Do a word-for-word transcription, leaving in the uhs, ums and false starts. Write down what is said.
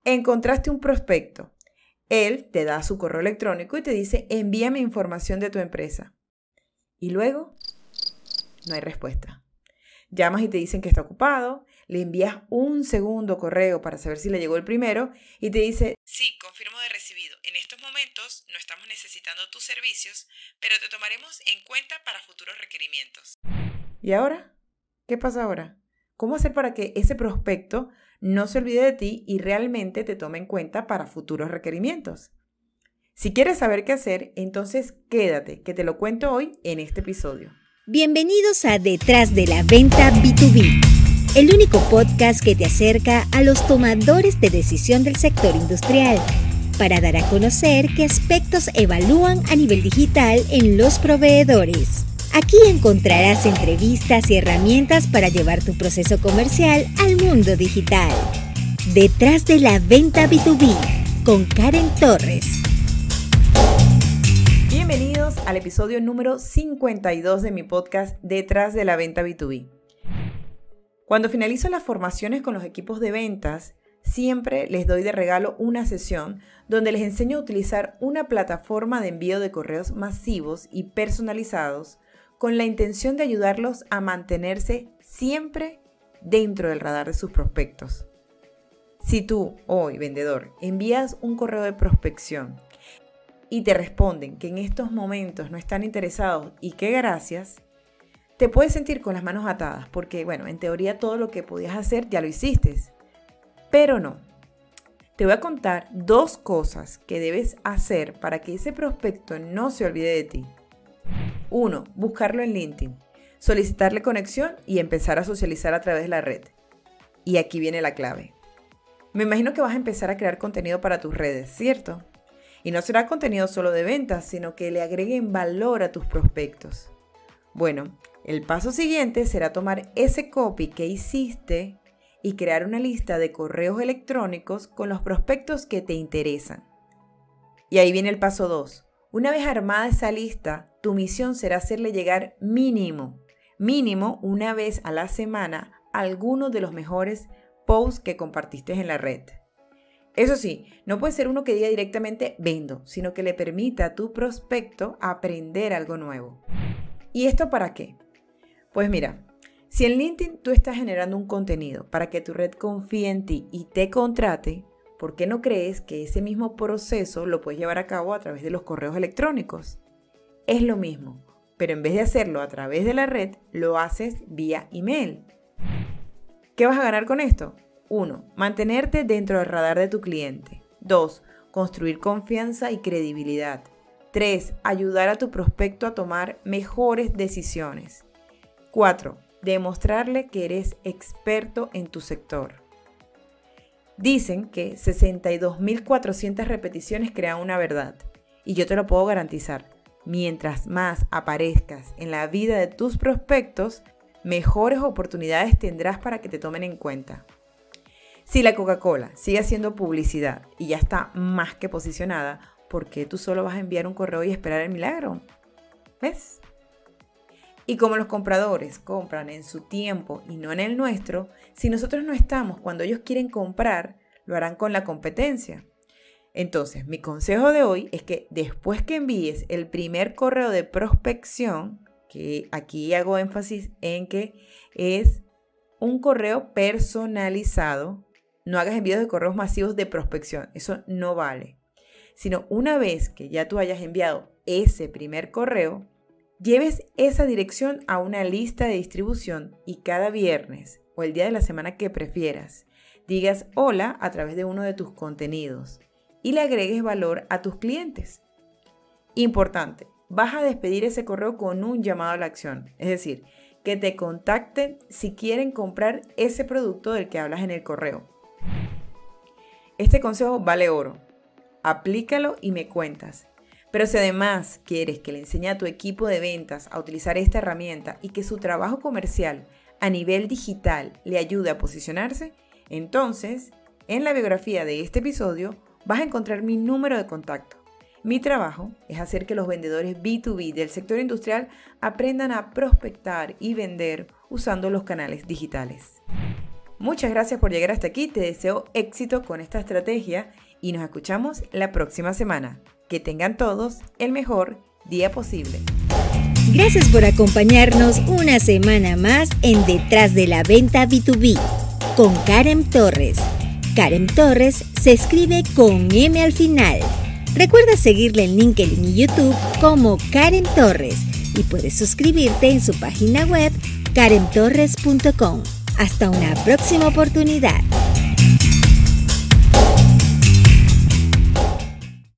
Encontraste un prospecto. Él te da su correo electrónico y te dice, envíame información de tu empresa. Y luego, no hay respuesta. Llamas y te dicen que está ocupado, le envías un segundo correo para saber si le llegó el primero y te dice, sí, confirmo de recibido. En estos momentos no estamos necesitando tus servicios, pero te tomaremos en cuenta para futuros requerimientos. ¿Y ahora? ¿Qué pasa ahora? ¿Cómo hacer para que ese prospecto no se olvide de ti y realmente te tome en cuenta para futuros requerimientos? Si quieres saber qué hacer, entonces quédate, que te lo cuento hoy en este episodio. Bienvenidos a Detrás de la Venta B dos B, el único podcast que te acerca a los tomadores de decisión del sector industrial, para dar a conocer qué aspectos evalúan a nivel digital en los proveedores. Aquí encontrarás entrevistas y herramientas para llevar tu proceso comercial al mundo digital. Detrás de la Venta B dos B, con Karen Torres. Bienvenidos al episodio número cincuenta y dos de mi podcast Detrás de la Venta B dos B. Cuando finalizo las formaciones con los equipos de ventas, siempre les doy de regalo una sesión donde les enseño a utilizar una plataforma de envío de correos masivos y personalizados con la intención de ayudarlos a mantenerse siempre dentro del radar de sus prospectos. Si tú, hoy, vendedor, envías un correo de prospección y te responden que en estos momentos no están interesados y que gracias, te puedes sentir con las manos atadas porque, bueno, en teoría todo lo que podías hacer ya lo hiciste, pero no. Te voy a contar dos cosas que debes hacer para que ese prospecto no se olvide de ti. Uno, buscarlo en LinkedIn, solicitarle conexión y empezar a socializar a través de la red. Y aquí viene la clave. Me imagino que vas a empezar a crear contenido para tus redes, ¿cierto? Y no será contenido solo de ventas, sino que le agreguen valor a tus prospectos. Bueno, el paso siguiente será tomar ese copy que hiciste y crear una lista de correos electrónicos con los prospectos que te interesan. Y ahí viene el paso dos. Una vez armada esa lista, tu misión será hacerle llegar mínimo, mínimo una vez a la semana algunos de los mejores posts que compartiste en la red. Eso sí, no puede ser uno que diga directamente vendo, sino que le permita a tu prospecto aprender algo nuevo. ¿Y esto para qué? Pues mira, si en LinkedIn tú estás generando un contenido para que tu red confíe en ti y te contrate, ¿por qué no crees que ese mismo proceso lo puedes llevar a cabo a través de los correos electrónicos? Es lo mismo, pero en vez de hacerlo a través de la red, lo haces vía email. ¿Qué vas a ganar con esto? uno. Mantenerte dentro del radar de tu cliente. dos. Construir confianza y credibilidad. tres. Ayudar a tu prospecto a tomar mejores decisiones. cuatro. Demostrarle que eres experto en tu sector. Dicen que sesenta y dos mil cuatrocientas repeticiones crean una verdad. Y yo te lo puedo garantizar. Mientras más aparezcas en la vida de tus prospectos, mejores oportunidades tendrás para que te tomen en cuenta. Si la Coca-Cola sigue haciendo publicidad y ya está más que posicionada, ¿por qué tú solo vas a enviar un correo y esperar el milagro? ¿Ves? Y como los compradores compran en su tiempo y no en el nuestro, si nosotros no estamos cuando ellos quieren comprar, lo harán con la competencia. Entonces, mi consejo de hoy es que después que envíes el primer correo de prospección, que aquí hago énfasis en que es un correo personalizado, no hagas envíos de correos masivos de prospección, eso no vale. Sino una vez que ya tú hayas enviado ese primer correo, lleves esa dirección a una lista de distribución y cada viernes o el día de la semana que prefieras, digas hola a través de uno de tus contenidos y le agregues valor a tus clientes. Importante, vas a despedir ese correo con un llamado a la acción, es decir, que te contacten si quieren comprar ese producto del que hablas en el correo. Este consejo vale oro. Aplícalo y me cuentas. Pero si además quieres que le enseñe a tu equipo de ventas a utilizar esta herramienta y que su trabajo comercial a nivel digital le ayude a posicionarse, entonces, en la biografía de este episodio vas a encontrar mi número de contacto. Mi trabajo es hacer que los vendedores B dos B del sector industrial aprendan a prospectar y vender usando los canales digitales. Muchas gracias por llegar hasta aquí, te deseo éxito con esta estrategia y nos escuchamos la próxima semana. Que tengan todos el mejor día posible. Gracias por acompañarnos una semana más en Detrás de la Venta B dos B con Karen Torres. Karen Torres se escribe con M al final. Recuerda seguirle en LinkedIn y YouTube como Karen Torres y puedes suscribirte en su página web karen torres punto com. Hasta una próxima oportunidad.